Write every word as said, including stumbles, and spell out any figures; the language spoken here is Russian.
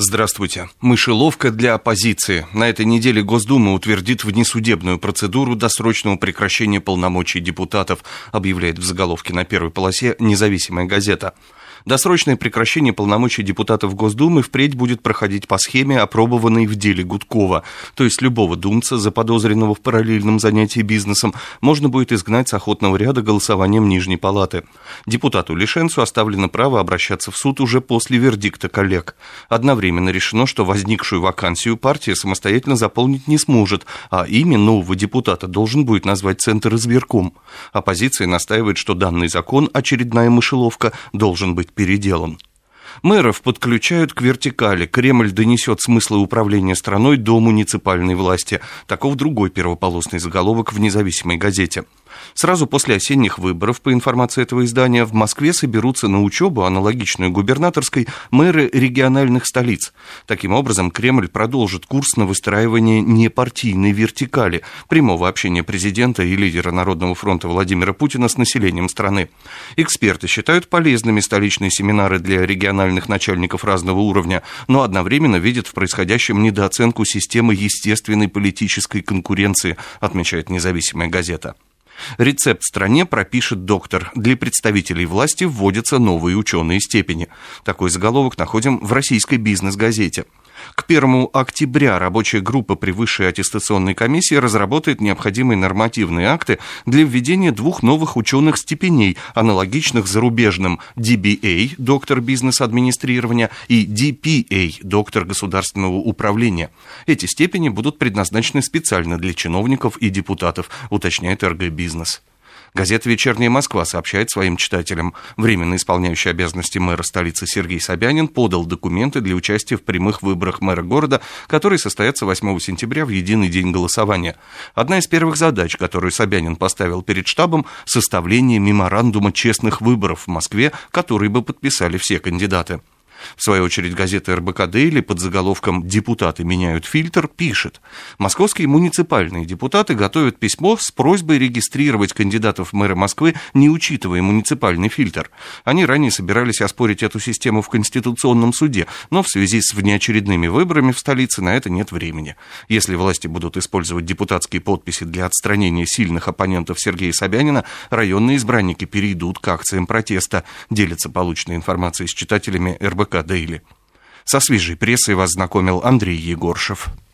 Здравствуйте. Мышеловка для оппозиции. На этой неделе Госдума утвердит внесудебную процедуру досрочного прекращения полномочий депутатов, объявляет в заголовке на первой полосе «Независимая газета». Досрочное прекращение полномочий депутатов Госдумы впредь будет проходить по схеме, опробованной в деле Гудкова. То есть любого думца, заподозренного в параллельном занятии бизнесом, можно будет изгнать с охотного ряда голосованием Нижней Палаты. Депутату-лишенцу оставлено право обращаться в суд уже после вердикта коллег. Одновременно решено, что возникшую вакансию партия самостоятельно заполнить не сможет, а имя нового депутата должен будет назвать Центр избирком. Оппозиция настаивает, что данный закон, очередная мышеловка, должен быть переделан. Мэров подключают к вертикали. Кремль донесет смыслы управления страной до муниципальной власти. Таков другой первополосный заголовок в «Независимой газете». Сразу после осенних выборов, по информации этого издания, в Москве соберутся на учебу, аналогичную губернаторской, мэры региональных столиц. Таким образом, Кремль продолжит курс на выстраивание непартийной вертикали, прямого общения президента и лидера Народного фронта Владимира Путина с населением страны. Эксперты считают полезными столичные семинары для региональных начальников разного уровня, но одновременно видят в происходящем недооценку системы естественной политической конкуренции, отмечает «Независимая газета». Рецепт стране пропишет доктор. Для представителей власти вводятся новые ученые степени. Такой заголовок находим в российской бизнес-газете. К первому октября рабочая группа при Высшей аттестационной комиссии разработает необходимые нормативные акты для введения двух новых ученых степеней, аналогичных зарубежным: ди би эй, доктор бизнес-администрирования, и ди пи эй, доктор государственного управления. Эти степени будут предназначены специально для чиновников и депутатов, уточняет эр гэ Бизнес. Газета «Вечерняя Москва» сообщает своим читателям: временно исполняющий обязанности мэра столицы Сергей Собянин подал документы для участия в прямых выборах мэра города, которые состоятся восьмого сентября в единый день голосования. Одна из первых задач, которую Собянин поставил перед штабом – составление меморандума честных выборов в Москве, который бы подписали все кандидаты. В свою очередь, газета эр бэ ка Дейли под заголовком «Депутаты меняют фильтр» пишет: московские муниципальные депутаты готовят письмо с просьбой регистрировать кандидатов в мэры Москвы, не учитывая муниципальный фильтр. Они ранее собирались оспорить эту систему в Конституционном суде, но в связи с внеочередными выборами в столице на это нет времени. Если власти будут использовать депутатские подписи для отстранения сильных оппонентов Сергея Собянина, районные избранники перейдут к акциям протеста, делится полученной информацией с читателями эр бэ ка Дейли. Со свежей прессой вас знакомил Андрей Егоршев.